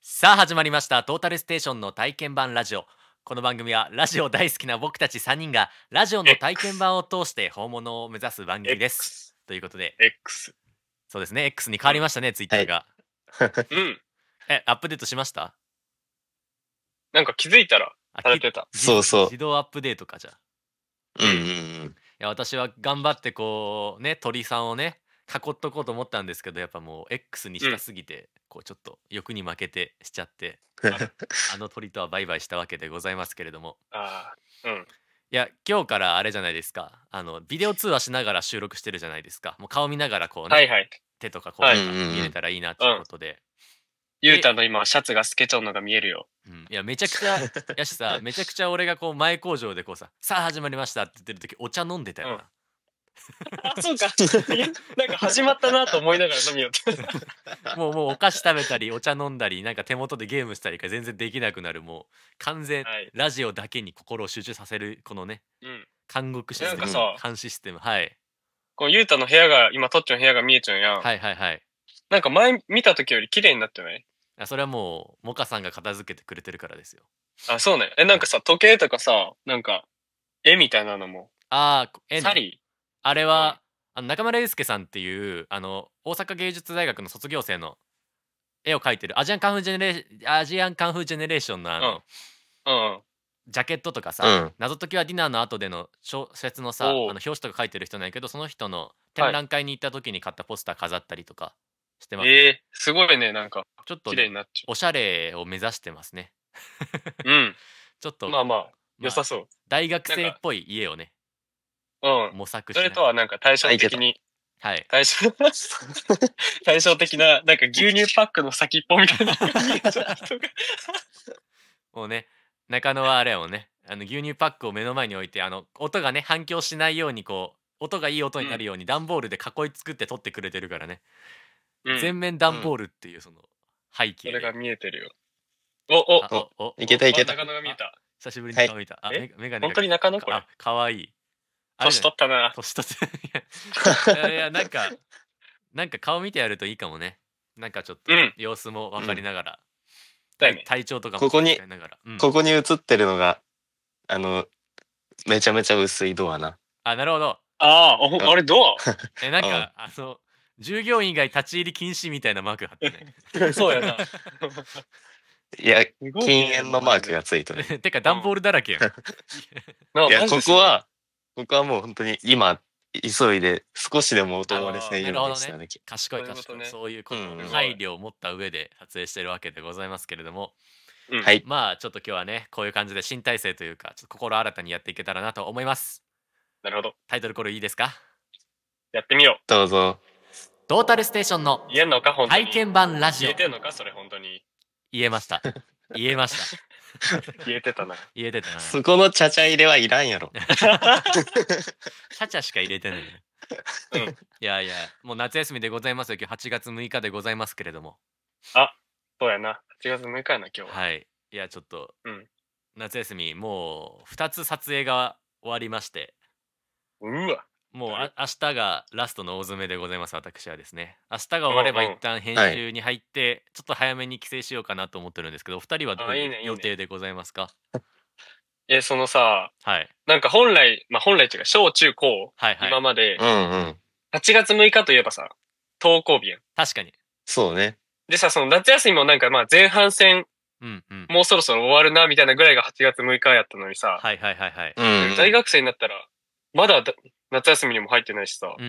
さあ始まりましたトータルステーションの体験版ラジオ。この番組はラジオ大好きな僕たち3人がラジオの体験 X。 版を通して本物を目指す番組です。 X。 ということで、 X。 そうですね、 X に変うん。 わりましたね、ツイッはい。 ターが。 うん。 アップデートしました？ なんか気づいたらされてた。 そうそう。 自動アップデートか。じゃあうんうんうん。 いや私は頑張ってこうね鳥さんをね囲っとこうと思ったんですけど、やっぱもう X にしたすぎて、こうちょっと欲に負けてしちゃってあの鳥とはバイバイしたわけでございますけれども、 ああ、うん。 いや今日からあれじゃないですか、ビデオ通話しながら収録してるじゃないですか。もう顔見ながらこうね、 はいはい。 手とかこうはいとか見れたらいいなっていうことで、 ゆうたの今シャツが透けちゃうのが見えるよ。 いやめちゃくちゃやしさめちゃくちゃ俺がこう前工場でこうさあ始まりましたって言ってる時お茶飲んでたよな。 あ、そうか。いや、なんか始まったなと思いながら飲みよって。 もうお菓子食べたりお茶飲んだりなんか手元でゲームしたりが全然できなくなる、もう完全はい。 ラジオだけに心を集中させるこのねうん。 監獄システム、 なんかさ、 監視システム。はいこのゆうたの部屋が、今トッチョの部屋が見えちゃうやん。 はいはいはい。 なんか前見た時より綺麗になってない？ それはもうモカさんが片付けてくれてるからですよ。 あ、そうね。なんかさ、時計とかさ、なんか、絵みたいなのも。サリーあれは、中村祐介さんっていう大阪芸術大学の卒業生の絵を描いてるアジアンカンフージェネレーションのジャケットとかさ、謎解きはディナーの後での小説のさ、表紙とか書いてる人なんやけど、その人の展覧会に行った時に買ったポスター飾ったりとかしてますね。 すごいね、なんかちょっと綺麗になっちゃう。 おしゃれを目指してますね。ちょっとまあ良さそう。 大学生っぽい家をね模索しそれとはなんか対照的に、 はい対照的な、なんか牛乳パックの先っぽみたいなもうね、中野はあれをね、牛乳パックを目の前に置いて、音がね反響しないようにこう音がいい音になるように段ボールで囲い作って撮ってくれてるからね。全面段ボールっていうその背景で。 それが見えてるよ。 いけたいけた。 中野が見えた。 久しぶりに顔見た。メガネが。 本当に中野これ。 かわいい。 年取ったな。 年取って。いやなんか顔見てやるといいかもね。なんかちょっと様子も分かりながら。体調とかもここに映ってるのがめちゃめちゃ薄いドアな。 なるほど。 あれドアなんか従業員以外立ち入り禁止みたいなマーク貼ってね。そうやな。 いや禁煙のマークがついてる。 てか段ボールだらけやん。 いやここはもう本当に今急いで少しでも音漏れせんようにしたね。 賢いそういうことの配慮を持った上で撮影してるわけでございますけれども、まあちょっと今日はねこういう感じで新体制というかちょっと心新たにやっていけたらなと思います。 なるほど。 タイトルコールいいですか？ やってみよう。 どうぞ。 トータルステーションの体験版ラジオ。 言えてんのかそれ本当に。 言えました。言えました。 言えてたな。 そこのちゃちゃ入れはいらんやろ。 ちゃちゃしか入れてない。いやもう夏休みでございますよ。今日8月6日でございますけれども。 そうやな。8月6日やな今日は。 はい。いやちょっと、夏休みもう2つ撮影が終わりまして。 うわ。 もう明日がラストの大詰めでございます。私はですね、明日が終われば一旦編集に入って、ちょっと早めに帰省しようかなと思ってるんですけど、お二人はどういう予定でございますか？ そのさ、なんか本来っていうか小中高、今まで8月6日といえばさ登校日やん。 確かにそうね。 でさ、その夏休みもなんか前半戦もうそろそろ終わるなみたいなぐらいが8月6日やったのにさ、大学生になったらまだ夏休みにも入ってないしさ、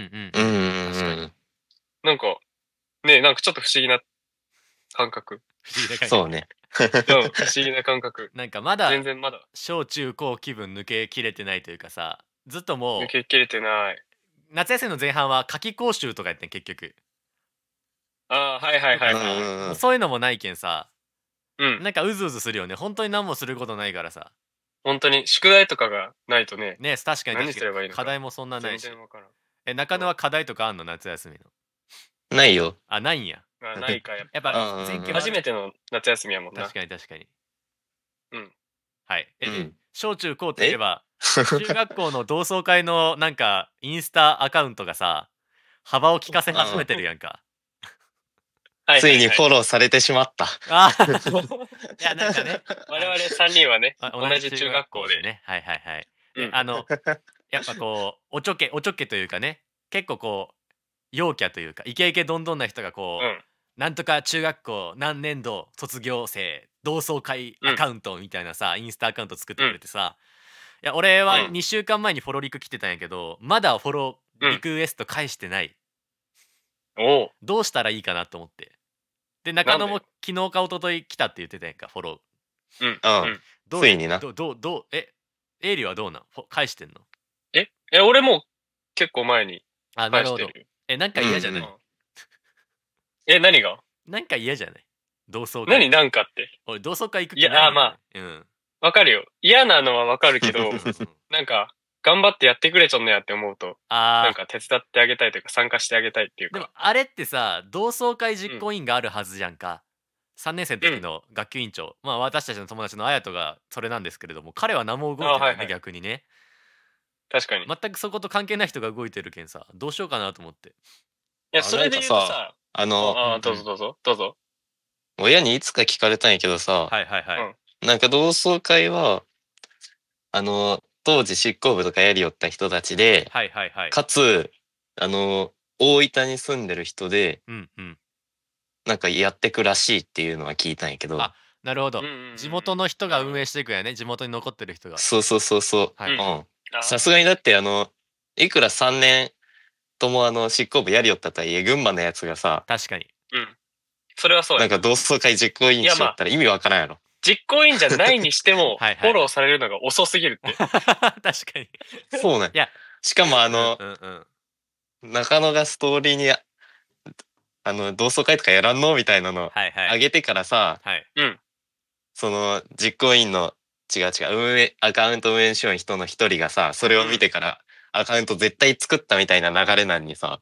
なんかね、なんかちょっと不思議な感覚。 そうね。 不思議な感覚。 なんかまだ全然まだ小中高気分抜けきれてないというかさ、ずっともう抜けきれてない。 夏休みの前半は夏期講習とかやってん結局。そういうのもないけんさ、なんかうずうずするよね。本当に何もすることないからさ。 本当に宿題とかがないとね。 確かに何すればいいのか。 課題もそんなないし。 全然わからん。 中野は課題とかあんの？夏休みの。 ないよ。 ないんや。 ないかやっぱ初めての夏休みやもんな。 確かに。はい。小中高といえば中学校の同窓会のなんかインスタアカウントがさ幅を利かせ始めてるやんか。 ついにフォローされてしまった。 いや、なんかね。 我々3人はね、同じ中学校で。 ね。はい。やっぱこう、おちょけというかね、結構こう、陽キャというか、イケイケどんどんな人がこう、なんとか中学校何年度卒業生、同窓会アカウントみたいなさ、インスタアカウント作ってくれてさ、いや、俺は2週間前にフォローリク来てたんやけど、まだフォローリクエスト返してない。どうしたらいいかなと思って。で、中野も昨日か一昨日来たって言ってたやんか、フォロー。ついにな。 エイリはどうなん？返してんの？ 俺も結構前に返してる。なんか嫌じゃない？ 何が？ なんか嫌じゃない？同窓会。なんかって。 俺、同窓会行く気ない。 まあ。わかるよ。嫌なのはわかるけど、なんか、頑張ってやってくれちょんねやって思うと、なんか手伝ってあげたいというか参加してあげたいっていうか。 でもあれってさ、同窓会実行委員があるはずじゃんか。3年生の時の学級委員長、まあ私たちの友達の綾人がそれなんですけれども、彼は何も動いてないね、逆にね。 確かに。 全くそこと関係ない人が動いてるけんさ、どうしようかなと思って。いや、それで言うとさ、どうぞ。 親にいつか聞かれたんやけどさ、なんか同窓会は、当時執行部とかやりよった人たちで、かつ、大分に住んでる人で、なんかやってくらしいっていうのは聞いたんやけど。 なるほど。地元の人が運営していくやね。地元に残ってる人が。 そう。さすがにだって、いくら3年とも執行部やりよったとはいえ、群馬のやつがさ。 確かに。 それはそうや。 なんか同窓会実行委員しよったら意味わからんやろ。 実行委員じゃないにしても、フォローされるのが遅すぎるって。 確かに。 そうね。しかも中野がストーリーに、同窓会とかやらんのみたいなのあげてからさ、その実行委員のアカウント運営しよう人の一人がさ、それを見てからアカウント絶対作ったみたいな流れなんにさ、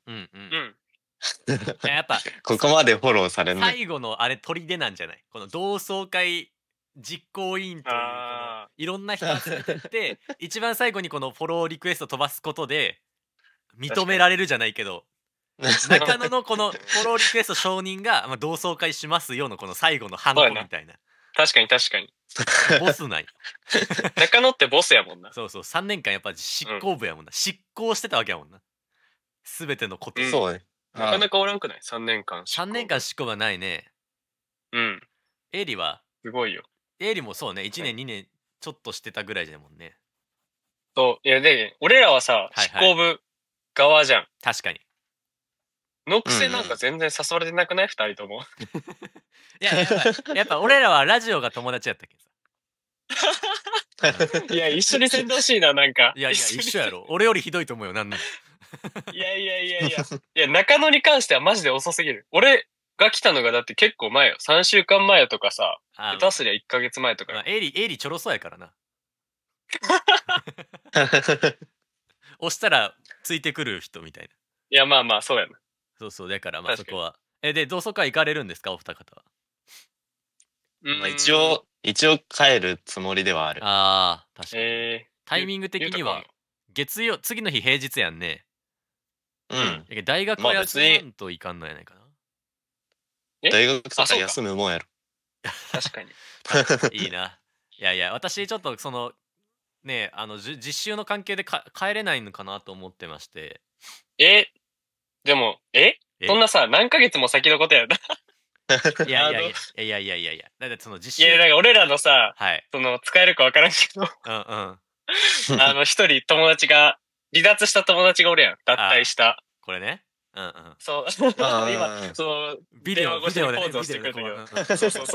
やっぱここまでフォローされる最後のあれ砦なんじゃない？この同窓会実行委員といういろんな人集めてって一番最後にこのフォローリクエスト飛ばすことで認められるじゃないけど、中野のこのフォローリクエスト承認が、同窓会しますよのこの最後のハンコみたいな。 確かに。 ボスない。 中野ってボスやもんな。 そう3年間やっぱ執行部やもんな。執行してたわけやもんな。すべてのこと。 そうね。 なかなかおらんくない？ 3 年間。 3年間執行部はないね。エイリはすごいよ。 エイリもそうね。1年2年ちょっとしてたぐらいじゃもんね。 いやで、俺らはさ、執行部側じゃん。 確かに。 のくせなんか全然誘われてなくない？2人とも。 いや、やっぱ俺らはラジオが友達やったけどさ。いや、一緒にせんでほしいな、なんか。 いや、一緒やろ。俺よりひどいと思うよ、なんないや、中野に関してはマジで遅すぎる。俺が来たのがだって結構前よ。3週間前とかさ、下手すりゃ1ヶ月前とか。 エイリちょろそうやからな。押したらついてくる人みたいな。 いや、まあ、そうやな。 そう、だからそこは。で、同窓会行かれるんですか、お二方は。 一応帰るつもりではある。 確かに。タイミング的には、月曜、次の日平日やんね。大学は休まんといかんのやないかな。 大学とか休むもんやろ。 確かに。 いいな。いや、私ちょっとその、ね、実習の関係で帰れないのかなと思ってまして。 でも、そんなさ、何ヶ月も先のことやな。 いや。だってその実習。 いや、なんか俺らのさ、その、使えるかわからんけど。一人友達が、離脱した友達がおるやん。脱退した。 これね。 そう。今、その、ビデオ越しにポーズをしてくれたけど。そう。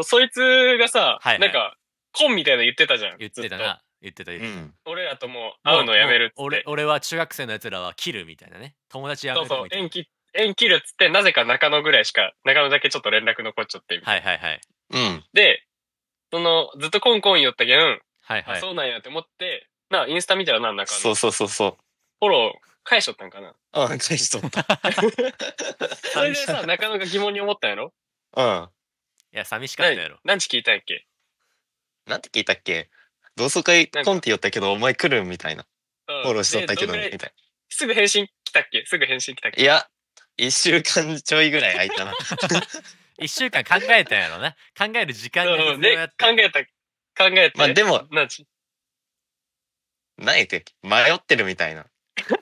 そいつがさ、なんか、本みたいなの言ってたじゃん。 言ってたな。言ってた。 俺らともう会うのやめるっつって。 俺は中学生のやつらは切るみたいなね。友達やめるみたいな。 そう、縁切るっつって、なぜか中野ぐらいしか、中野だけちょっと連絡残っちゃってみたいな。で、ずっとコンコン言ったけん、そうなんやって思って、インスタ見たら中野。 そう。フォロー返しとったんかな。 返しとった。 それでさ、中野が疑問に思ったんやろ？ いや、寂しかったやろ。 何時聞いたんやっけ？ なんて聞いたっけ？同窓会コンって言ったけど、お前来るみたいな。フォローしとったけど、みたいな。 すぐ返信来たっけ？ いや、 1週間ちょいぐらい空いたな。 1週間考えたんやろな。考える時間が必要やった。 考えて。 まあでも、何言って迷ってるみたいな。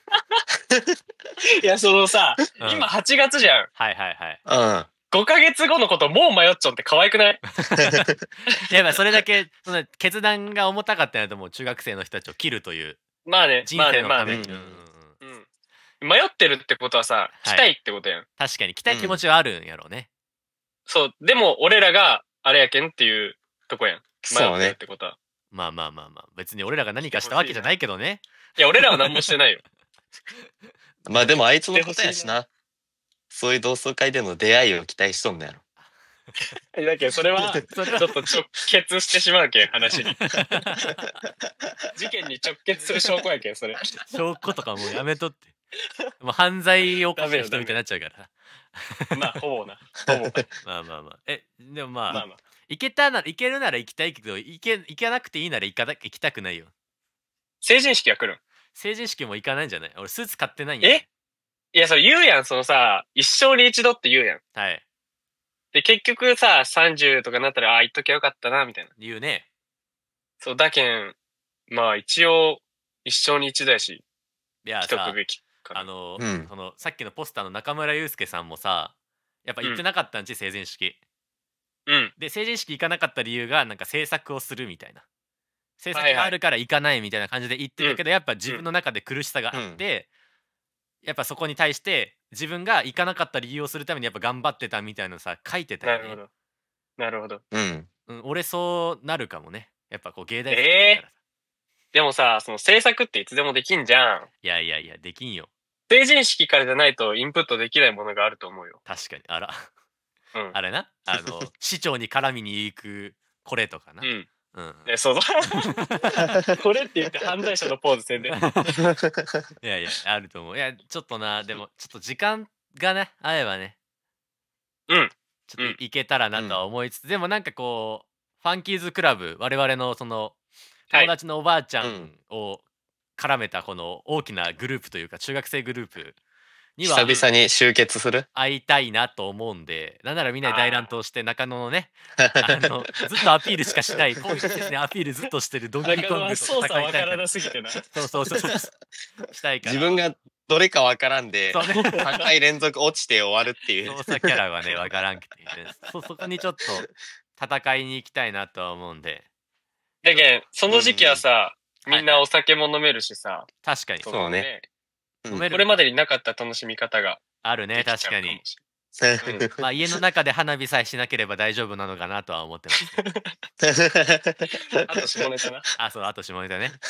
いや、そのさ、今8月じゃん。 はいはいはい。 5ヶ月後のこともう迷っちゃって可愛くない？ いや、それだけ、その決断が重たかったんやと思う。中学生の人たちを切るという。 まあね、 人生のために。 迷ってるってことはさ、来たいってことやん。 確かに、来たい気持ちはあるんやろうね。 そう、でも俺らがあれやけんっていうとこやん。迷ってるってことは。 まあ。別に俺らが何かしたわけじゃないけどね。 いや、俺らは何もしてないよ。 まあでもあいつのことやしな。そういう同窓会での出会いを期待しとんのやろ。 だけどそれはちょっと直結してしまうけん、話に。事件に直結する証拠やけん、それ。 証拠とかもうやめとって。もう犯罪を犯した人みたいになっちゃうから。 まあ、ほぼな。 まあ。でもまあ、行けるなら行きたいけど、行かなくていいなら行きたくないよ。 成人式は来るん？ 成人式も行かないんじゃない？俺スーツ買ってないんや。 いや、それ言うやん、そのさ、一生に一度って言うやん。 はい。 で、結局さ、30とかなったら、言っときゃよかったな、みたいな。 言うね。 そう、だけん、まあ一応、一生に一度やし、 いや来とくべきかな。その、さっきのポスターの中村祐介さんもさ、やっぱ行ってなかったんち、成人式。で、成人式行かなかった理由が、なんか制作をするみたいな。制作があるから行かないみたいな感じで言ってたけど、やっぱ自分の中で苦しさがあって、やっぱそこに対して自分が行かなかった理由をするためにやっぱ頑張ってたみたいなさ書いてたよね。 なるほど。 俺そうなるかもね。やっぱこう芸大生だからさ。 でもさ、その制作っていつでもできんじゃん。 いやできんよ。 成人式からじゃないとインプットできないものがあると思うよ。 確かに。あら。あれな。市長に絡みに行くこれとかな。 そうだ。これって言って犯罪者のポーズせんで。 いやあると思う。いやちょっとな、でもちょっと時間がね合えばね、ちょっと行けたらなとは思いつつ、でもなんかこうファンキーズクラブ、我々のその友達のおばあちゃんを絡めたこの大きなグループというか中学生グループには久々に集結する？ 会いたいなと思うんで、なんならみんなで大乱闘して中野のね、ずっとアピールしかしない、ポイですね、アピールずっとしてるドンキーコングと操作わからなすぎてな。 そうしたいから。 自分がどれかわからんで、3回連続落ちて終わるっていう。 操作キャラがねわからんくて、そこにちょっと戦いに行きたいなとは思うんで。 だけんその時期はさ、みんなお酒も飲めるしさ。 確かにそうね。 これまでになかった楽しみ方があるね。確かに。まあ家の中で花火さえしなければ大丈夫なのかなとは思ってます。 あと下ネタな。 そう、あと下ネタね。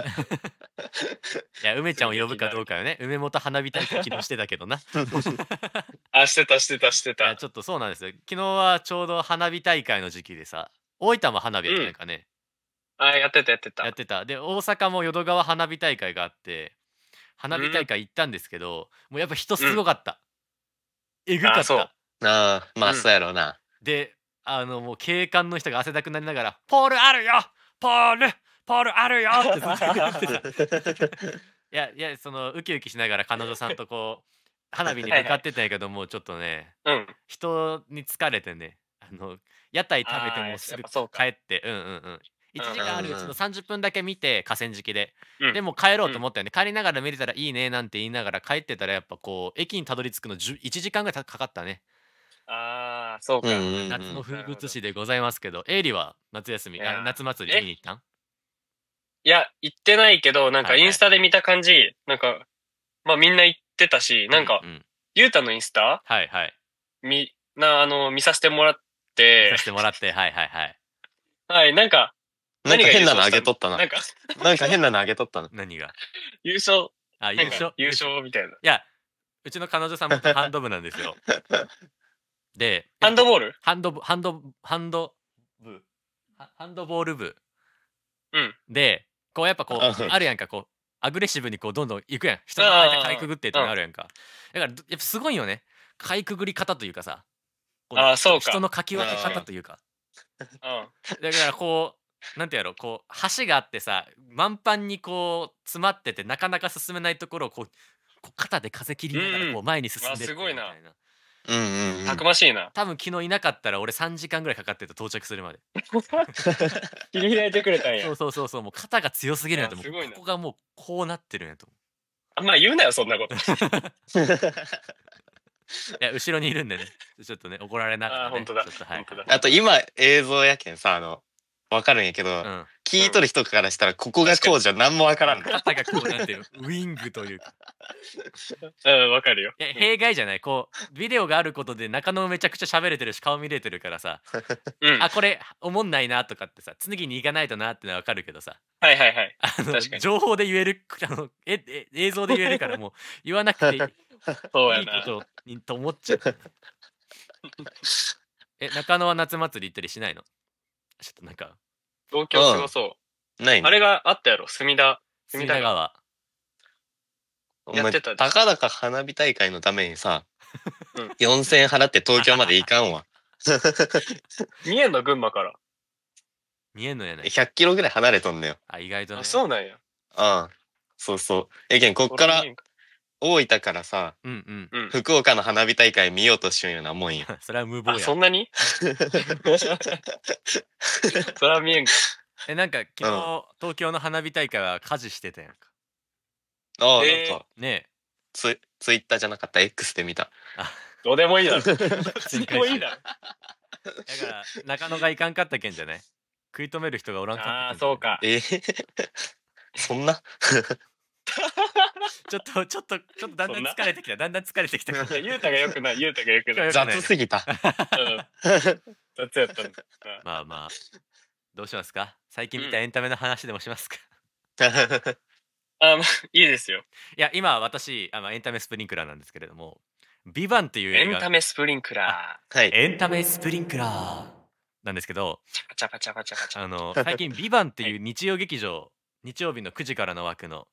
いや、梅ちゃんを呼ぶかどうかよね。梅本花火大会昨日してたけどな。 してた。 ちょっとそうなんですよ。昨日はちょうど花火大会の時期でさ、大分も花火やってないかね。 やってた。 で、大阪も淀川花火大会があって、花火大会行ったんですけど、もうやっぱ人すごかった。えぐかった。 まあそうやろうな。 で、もう警官の人が汗だくなりながら、ポールあるよポールあるよってずっと言ってた。いや、そのウキウキしながら彼女さんとこう花火に向かってたんやけども、ちょっとね、人に疲れてね、屋台食べてもすぐ帰って、1時間あるうちの30分だけ見て河川敷で、でも帰ろうと思ったよね。帰りながら見れたらいいねなんて言いながら帰ってたらやっぱこう駅にたどり着くの1時間ぐらいかかったね。 そうか。 夏の風物詩でございますけど、エイリは夏休み、夏祭り見に行ったん？ いや、行ってないけど、なんかインスタで見た感じ、なんか、まあみんな行ってたし、なんか、ゆうたのインスタ見させてもらって、はい、なんか変なのあげとったな。なんか変なのあげとったな。 何が？ 優勝。 優勝みたいな。いや、うちの彼女さんもハンド部なんですよ。で、 ハンドボール？ ハンドボール部。で、こうやっぱこうあるやんか、こうアグレッシブにこうどんどん行くやん。人の間かいくぐってってのあるやんか。だからやっぱすごいよね。かいくぐり方というかさ、 そうか。 人のかき分け方というか。だからこうなんてやろ、こう橋があってさ、満帆にこう詰まっててなかなか進めないところをここう肩で風切りながらこう前に進んでってみたいな。 たくましいな。 多分昨日いなかったら俺3時間ぐらいかかってた、到着するまで。 切り開いてくれたんや。 そうもう肩が強すぎるんやと思う。ここがもうこうなってるんやと思う。 あんま言うなよそんなこと。 いや後ろにいるんでね、ちょっとね怒られながら、ね。 本当だ。 あと今映像やけんさわかるんやけど、聞いとる人からしたらここがこうじゃ何もわからん。 肩がこうなんていうウィングというか。 わかるよ。 いや弊害じゃない、こうビデオがあることで中野めちゃくちゃ喋れてるし顔見れてるからさ、あこれおもんないなとかってさ次に行かないとなってのはわかるけどさ、 はいはいはい。 情報で言える映像で言えるからもう言わなくていいそうやな。 いいことにと思っちゃう。中野は夏祭り行ったりしないの？ちょっとなんか東京すごそう。ないね。あれがあったやろ、隅田川。 やってた。 たかだか花火大会のためにさ、4000円払って東京まで行かんわ。 見えんの群馬から。 見えんのやね。 100キロぐらい離れとんだよ。 意外とね。 そうなんや。 そうそう。けんこっから大分からさ、福岡の花火大会見ようとしようようなもんよ。 それは無謀や。 そんなに？それは見えんか。 なんか昨日、東京の花火大会は火事してたやんか。 なんかねツイッターじゃなかった X で見た。 どうでもいいだろ。どうでもいいだろ。 だから中野がいかんかったけんじゃない？食い止める人がおらんかったけん。 そうか。 そんなちょっとだんだん疲れてきた。 ゆうたがよくない。 雑すぎた。 雑やったんだ。 まあどうしますか？最近見たエンタメの話でもしますか？ いいですよ。 いや今私エンタメスプリンクラーなんですけれども、ビバンっていう映画。 エンタメスプリンクラー。 エンタメスプリンクラーなんですけど、最近ビバンっていう日曜劇場、日曜日の9時からの枠の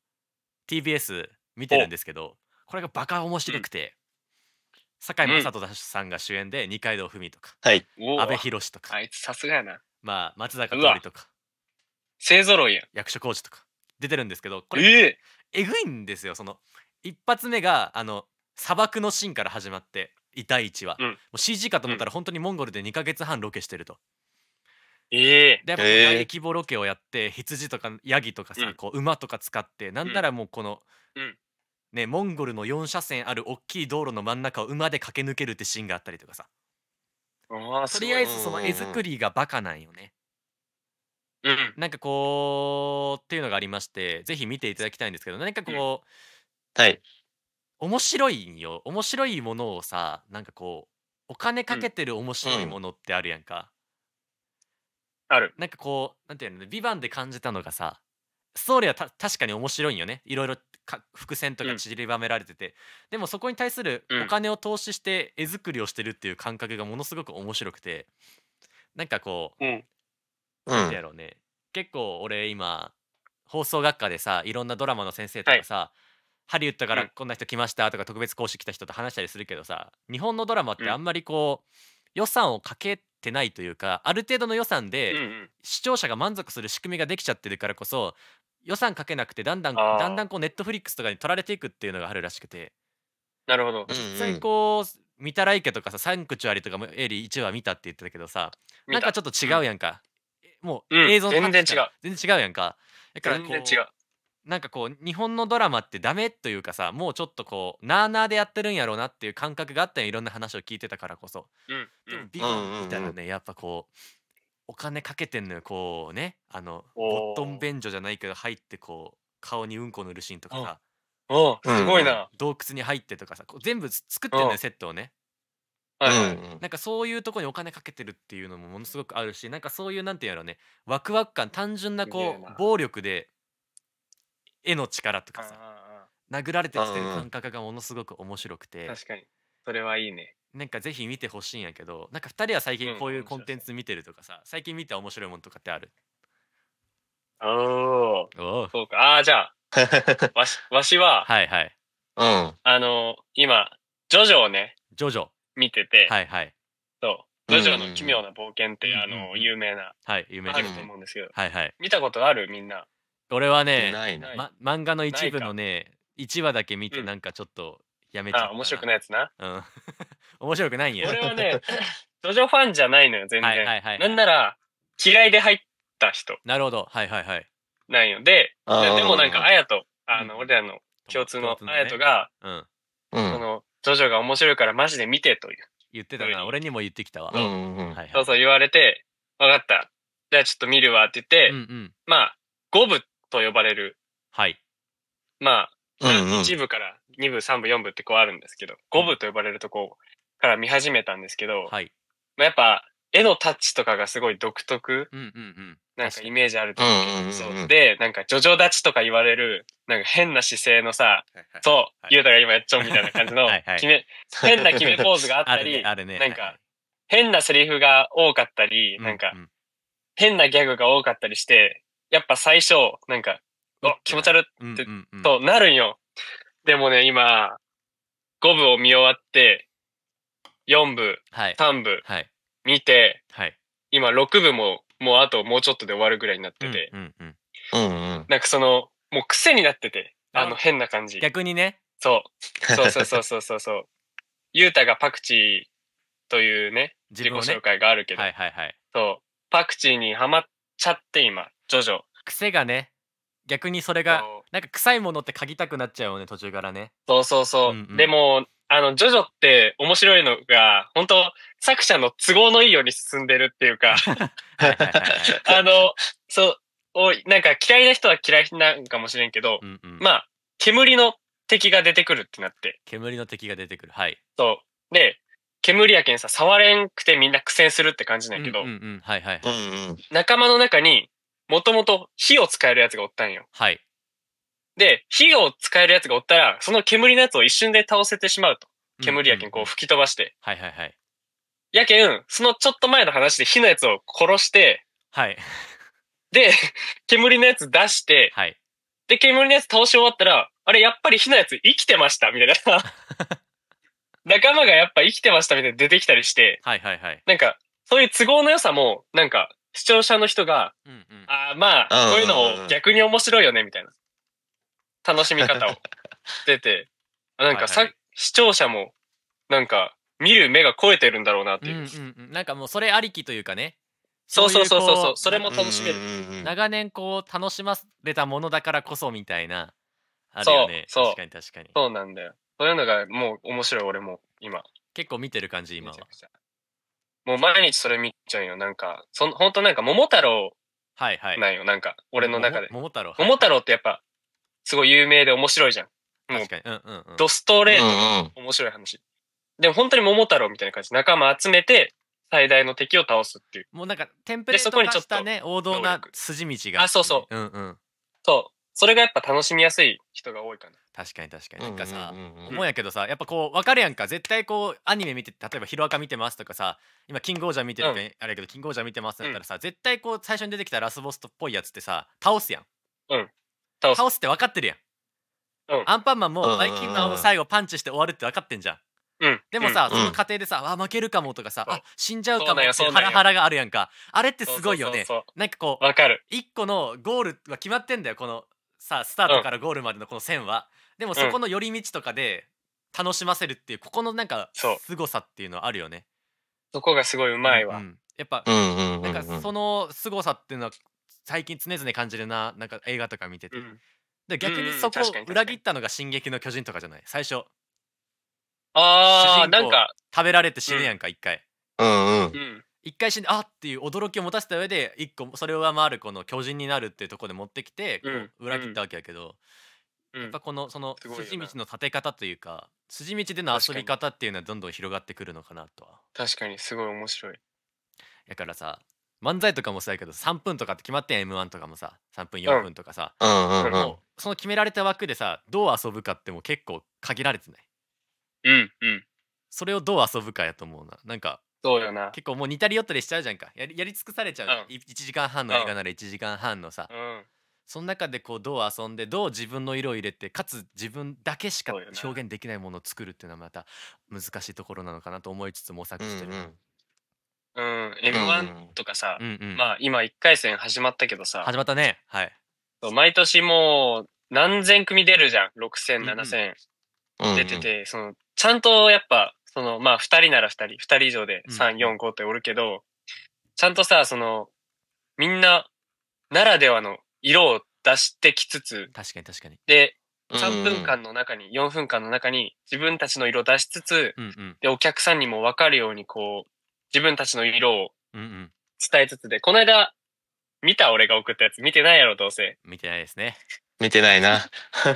TBS 見てるんですけど、これがバカ面白くて、堺雅人さんが主演で二階堂ふみとか、阿部寛とか、 あいつさすがやな。 松坂桃李とか、 勢ぞろいやん。 役所広司とか出てるんですけど、これえぐいんですよ。その一発目が砂漠のシーンから始まって、第1話、もう CG かと思ったら本当にモンゴルで2ヶ月半ロケしてると。でやっぱ大規模ロケをやって、羊とかヤギとかさ、こう馬とか使って、なんならもうこの、ね、モンゴルの4車線ある大きい道路の真ん中を馬で駆け抜けるってシーンがあったりとかさ。とりあえずその絵作りがバカなんよね。なんかこうっていうのがありまして、ぜひ見ていただきたいんですけど、何かこう、面白いんよ。面白いものをさ、なんかこうお金かけてる面白いものってあるやんか。 ある。 なんかこうなんていうのね、ビバンで感じたのがさ、ストーリーは確かに面白いんよね。いろいろ伏線とか散りばめられてて、でもそこに対するお金を投資して絵作りをしてるっていう感覚がものすごく面白くて、なんかこう、なんてやろうね、結構俺今放送学科でさ、いろんなドラマの先生とかさ、ハリウッドからこんな人来ましたとか特別講師来た人と話したりするけどさ、日本のドラマってあんまりこう予算をかけてないというか、ある程度の予算で視聴者が満足する仕組みができちゃってるからこそ、予算かけなくてだんだんこうネットフリックスとかに取られていくっていうのがあるらしくて。 なるほど。 実際こう見たらいけとかさ、サンクチュアリとかもエリ1話見たって言ってたけどさ、なんかちょっと違うやんか。もう映像全然違う。 全然違うやんか。だからこう全然違う。 なんかこう日本のドラマってダメというかさ、もうちょっとこうなあなあでやってるんやろうなっていう感覚があったん、いろんな話を聞いてたからこそ。でもビバンみたいなね、やっぱこうお金かけてんのよ。こうね、ボットン便所じゃないけど入ってこう顔にうんこ塗るシーンとかさ、 すごいな。 洞窟に入ってとかさ、こう全部作ってんのよ、セットをね。なんかそういうとこにお金かけてるっていうのもものすごくあるし、なんかそういうなんていうのね、ワクワク感、単純なこう暴力で絵の力とかさ、殴られてきてる感覚がものすごく面白くて、 確かにそれはいいね。 なんかぜひ見てほしいんやけど、なんか2人は最近こういうコンテンツ見てるとかさ、最近見た面白いものとかってある？ そうか。じゃあわしは今ジョジョをね見てて、そうジョジョの奇妙な冒険って有名なあると思うんですけど、見たことある？みんな。 俺はね、漫画の一部のね 1話だけ見てなんかちょっとやめちゃったな。 面白くないやつな。 面白くないんや。 俺はね、ジョジョファンじゃないのよ、全然。なんなら、嫌いで入った人。 なるほど。はいはいはい。 ないよ。でもなんか、あやと、俺らの共通のあやとが、その、ジョジョが面白いからマジで見てという。 言ってたな。俺にも言ってきたわ。 そうそう言われて、わかった。じゃあちょっと見るわって言って、まあ、5部と呼ばれる。 はい。 まあ、1部から2部、3部、4部ってこうあるんですけど、5部と呼ばれるとこから見始めたんですけど、やっぱ、絵のタッチとかがすごい独特。なんかイメージあると思うけど、そう。で、なんかジョジョ立ちとか言われる、なんか変な姿勢のさ、そう、ゆうたが今やっちゃうみたいな感じの、変な決めポーズがあったり、なんか、変なセリフが多かったり、なんか、変なギャグが多かったりして、やっぱ最初、なんか、気持ち悪って、となるんよ。でもね、今、5部を見終わって、4部、3部、見て、今6部も、もうあともうちょっとで終わるぐらいになってて、なんかその、もう癖になってて、変な感じ。 逆にね。 そう。ゆうたがパクチーというね、自己紹介があるけど、そう、パクチーにハマっちゃって今、ジョジョ。 癖がね、逆にそれが、なんか臭いものって嗅ぎたくなっちゃうよね、途中からね。 そう。でも、ジョジョって面白いのが、本当作者の都合のいいように進んでるっていうか、そう、なんか嫌いな人は嫌いなんかもしれんけど、まあ、煙の敵が出てくるってなって。 煙の敵が出てくる。はい。 そう。で、煙やけんさ、触れんくてみんな苦戦するって感じなんやけど、仲間の中にもともと火を使えるやつがおったんよ。 はい。 で、火を使えるやつがおったら、その煙のやつを一瞬で倒せてしまうと。煙やけんこう吹き飛ばして。やけん、そのちょっと前の話で火のやつを殺して、で、煙のやつ出して、で、煙のやつ倒し終わったら、あれ、やっぱり火のやつ生きてましたみたいな。仲間がやっぱ生きてましたみたいな出てきたりして、なんか、そういう都合の良さも、なんか、視聴者の人が、まあ、こういうのも逆に面白いよね、みたいな。楽しみ方を出て、なんか視聴者も、なんか、見る目が超えてるんだろうなっていう。 なんかもうそれありきというかね。 そう。それも楽しめる。 長年こう楽しまれたものだからこそみたいな。あるよね。 そう。 確かに。 そうなんだよ。そういうのがもう面白い、俺も今。 結構見てる感じ、今は。 もう毎日それ見ちゃうよ。なんか、ほんとなんか桃太郎なんよ。なんか、俺の中で。 桃太郎。 桃太郎ってやっぱ、すごい有名で面白いじゃん。 確かに。 ドストレートの面白い話。でも本当に桃太郎みたいな感じ。仲間集めて、最大の敵を倒すっていう。 もうなんか、テンプレート化したね、王道な筋道が。 そう。そう。それがやっぱ楽しみやすい人が多いかな。 確かに。なんかさ、思うんやけどさ、やっぱこう、わかるやんか。絶対こう、アニメ見て、例えばヒロアカ見てますとかさ、今、キングオージャー見てるってあれやけど、キングオージャー見てますってなったらさ、絶対こう、最初に出てきたラスボスっぽいやつってさ、倒すやん。倒すって分かってるやん。アンパンマンもバイキンマンを最後パンチして終わるって分かってんじゃん。でもさ、その過程でさ、負けるかもとかさ、死んじゃうかもってハラハラがあるやんか。あれってすごいよね。なんかこう、一個のゴールは決まってんだよ、このさ、スタートからゴールまでのこの線は。でもそこの寄り道とかで楽しませるっていう、ここのなんか凄さっていうのはあるよね。 そこがすごいうまいわ。 やっぱ、なんかその凄さっていうのは最近常々感じるな、なんか映画とか見てて。で逆にそこを裏切ったのが「進撃の巨人」とかじゃない最初。 なんか食べられて死ぬやんか、一回。一回死んでっていう驚きを持たせた上で一個それを上回るこの巨人になるっていうところで持ってきて裏切ったわけやけど、やっぱこのその筋道の立て方というか筋道での遊び方っていうのはどんどん広がってくるのかなとは。 確かにすごい面白い。 だからさ、漫才とかもそうやけど3分とかって決まってん M1 とかもさ、3分4分とかさ、もうその決められた枠でさ、どう遊ぶかっても結構限られてない。それをどう遊ぶかやと思うな。なんかそうよな。 結構もう似たり寄ったりしちゃうじゃんか。やり尽くされちゃう、1時間半の映画なら1時間半のさ、その中でこうどう遊んでどう自分の色を入れて、かつ自分だけしか表現できないものを作るっていうのはまた難しいところなのかなと思いつつ模索してる。 M1 とかさ、まあ今1回戦始まったけどさ、 始まったね。はい。 毎年もう何千組出るじゃん。6000、7000出てて、ちゃんとやっぱ、まあ、2人なら2人、2人以上で3、4、5っておるけど、ちゃんとさ、みんな、ならではの色を出してきつつ、 確かに確かに。 で、3分間の中に、4分間の中に自分たちの色を出しつつ、で、お客さんにも分かるようにこう、自分たちの色を伝えつつで、この間、見た俺が送ったやつ見てないやろ、どうせ。 見てないですね。 見てないな。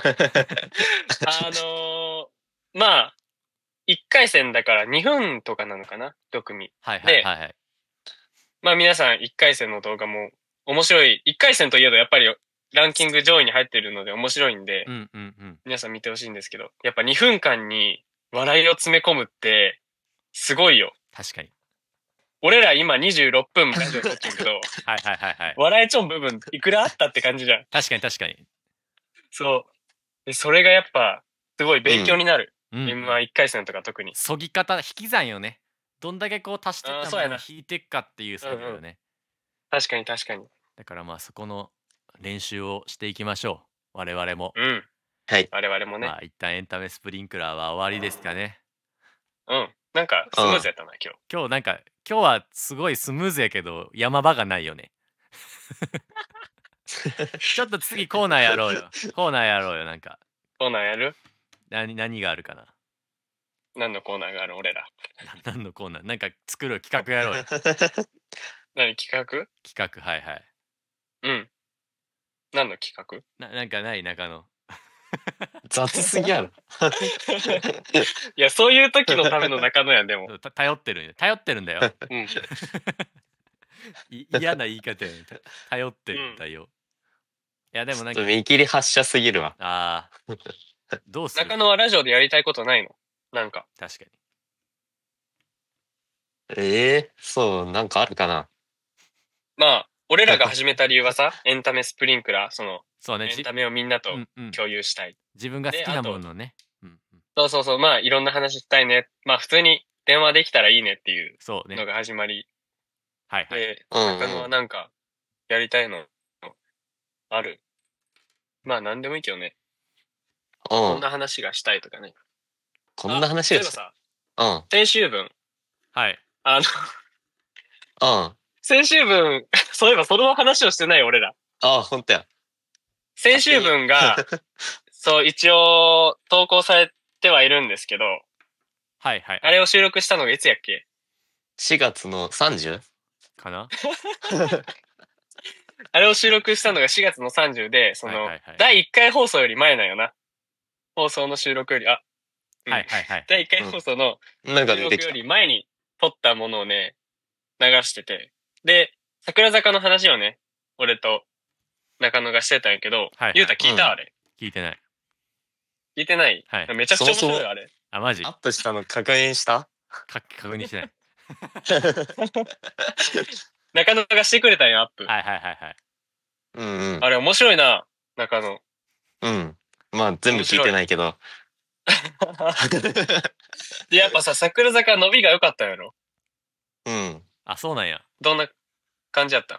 まあ、1回戦だから2分とかなのかな、1組。 はいはいはい、はい。 まあ皆さん1回戦の動画も面白い。1回戦といえどやっぱりランキング上位に入ってるので面白いんで、皆さん見てほしいんですけど、やっぱ2分間に笑いを詰め込むってすごいよ。 確かに。 俺ら今26分ラジオ撮ってるけど、 はいはいはいはい。 笑いちょん部分いくらあったって感じじゃん。 確かに確かに。 そう。でそれがやっぱすごい勉強になる。M11 回戦とか特に。 そぎ方、引き算よね。どんだけこう足してったものを引いていくかっていう作業よね。 確かに確かに。 だからまあそこの練習をしていきましょう。我々も。 はい。 我々もね。 まあ一旦エンタメスプリンクラーは終わりですかね。 なんかスムーズやったな、今日。 今日はすごいスムーズやけど山場がないよね。ちょっと次コーナーやろうよ。なんか。 コーナーやる？ 何があるかな。 何のコーナーがある俺ら。 何のコーナー？なんか作る企画やろうよ。 何企画？ 企画、はいはい。 何の企画？ なんかない中野。 雑すぎやろ。 いや、そういう時のための中野やん、でも。 頼ってるんだよ。嫌な言い方やね。頼ってるんだよ。いやでもなんか見切り発車すぎるわ。 ああ。どうする？ 中野はラジオでやりたいことないの？なんか。 確かに。 そう、なんかあるかな。 まあ、俺らが始めた理由はさ、エンタメスプリンクラー、 そうね、 エンタメをみんなと共有したい。 自分が好きなものね。 そう、まあ、いろんな話したいね。まあ、普通に電話できたらいいねっていうのが始まり。 はいはい。 で、中野はなんか、やりたいのある？まあ、なんでもいいけどね。こんな話がしたいとかね。 こんな話がしたい。先週分。 はい。 先週分、そういえばその話をしてない俺ら。 ほんとや。 先週分が、そう、一応投稿されてはいるんですけど、 はいはい。 あれを収録したのがいつやっけ ？4月の 30? かなあれを収録したのが4月の30で、第1回放送より前なんよな。放送の収録より、第1回放送の収録より前に撮ったものをね、流してて。で、桜坂の話をね、俺と中野がしてたんやけど、ゆうた聞いた？あれ。 聞いてない。 聞いてない？めちゃくちゃ面白いあれ。 マジ？ アップしたの確認した？ 確認してない。 中野がしてくれたんや、アップ。 はい。 あれ面白いな、中野。 まあ全部聞いてないけど。 で、やっぱさ、桜坂伸びが良かったんやろ？ そうなんや。 どんな感じやった？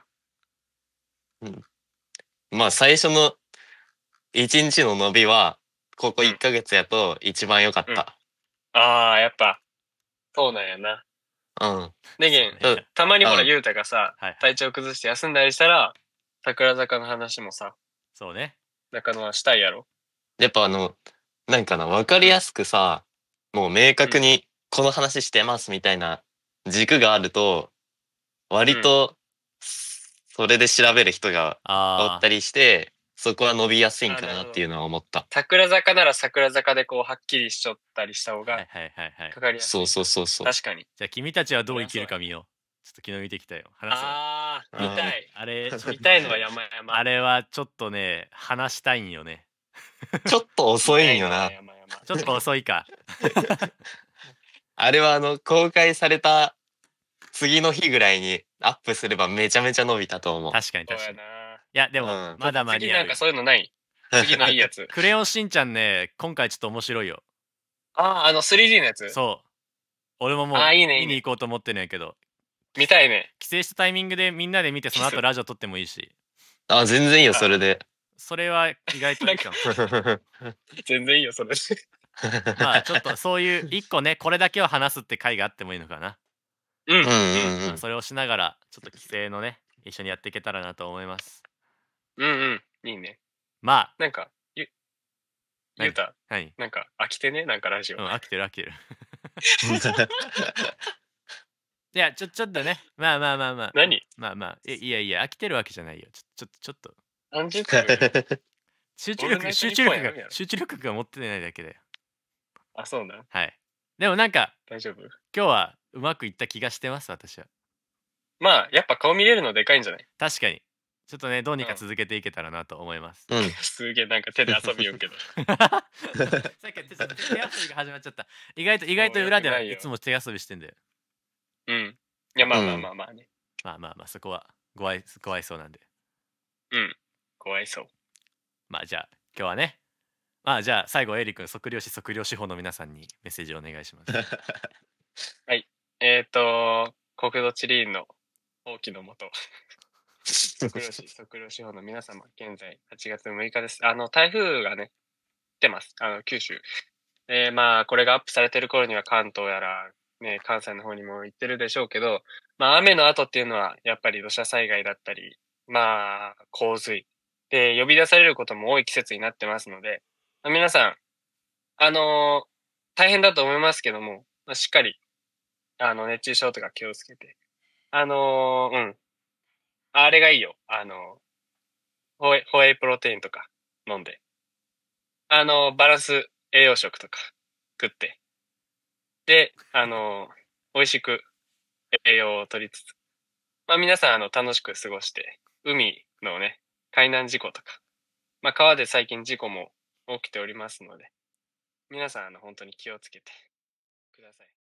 まあ最初の1日の伸びは、ここ1ヶ月やと一番良かった。 やっぱ、そうなんやな。でげん、たまにほら、ゆうたがさ、体調崩して休んだりしたら、桜坂の話もさ、 そうね。 中野はしたいやろ。 やっぱなんかな、わかりやすくさ、もう明確にこの話してますみたいな軸があると、割と、それで調べる人がおったりして、そこは伸びやすいんかなっていうのは思った。 桜坂なら桜坂でこう、はっきりしちゃったりした方が、かかりやすい。 そう。 確かに。 じゃあ君たちはどう生きるか見よう。ちょっと昨日見てきたよ。話そう。見たい。 あれ、 見たいのは山々。 あれはちょっとね、話したいんよね。 ちょっと遅いんよな。 ちょっと遅いか。 あれは公開された次の日ぐらいにアップすればめちゃめちゃ伸びたと思う。 確かに。いやでもまだ間に合う。 次なんかそういうのない？次のいいやつ。 クレヨンしんちゃんね、今回ちょっと面白いよ。 3D のやつ？ そう。俺ももう見に行こうと思ってるんやけど。 見たいね。 帰省したタイミングでみんなで見てその後ラジオ撮ってもいいし。 全然いいよそれで。 それは意外といいかも。 全然いいよそれ。 まあちょっとそういう一個ねこれだけを話すって回があってもいいのかな。 うん。 それをしながらちょっと帰省のね一緒にやっていけたらなと思います。 いいね。 まあなんかゆうた、 はい。 なんか飽きてね、なんかラジオ。 飽きてる。いやちょっとねまあ。 何？ まあいや飽きてるわけじゃないよ。ちょっと。集中力が持ってないだけだよ。 あ、そうな。 はい。でもなんか大丈夫？ 今日はうまくいった気がしてます私は。 まあやっぱ顔見れるのでかいんじゃない？ 確かに。ちょっとねどうにか続けていけたらなと思います。 すげえなんか手で遊びよんけど。 さっき手遊びが始まっちゃった。意外と裏ではいつも手遊びしてんだよ。 いやまあね。 まあそこはご愛想なんで。 ご愛想。 まあじゃあ今日はね。まあじゃあ最後エリ君測量士法の皆さんにメッセージをお願いします。 はい。国土地理院の法規のもと測量士法の皆様、現在8月6日です。台風がね、来てます。九州。まあ、これがアップされてる頃には関東やら、ね、関西の方にも行ってるでしょうけど、まあ、雨の後っていうのは、やっぱり土砂災害だったり、まあ、洪水。で、呼び出されることも多い季節になってますので、まあ、皆さん、大変だと思いますけども、まあ、しっかり、熱中症とか気をつけて、あれがいいよ。ホエイプロテインとか飲んで。バランス栄養食とか食って。で、美味しく栄養を取りつつ。まあ皆さん、楽しく過ごして、海のね、海難事故とか、まあ川で最近事故も起きておりますので、皆さん、本当に気をつけてください。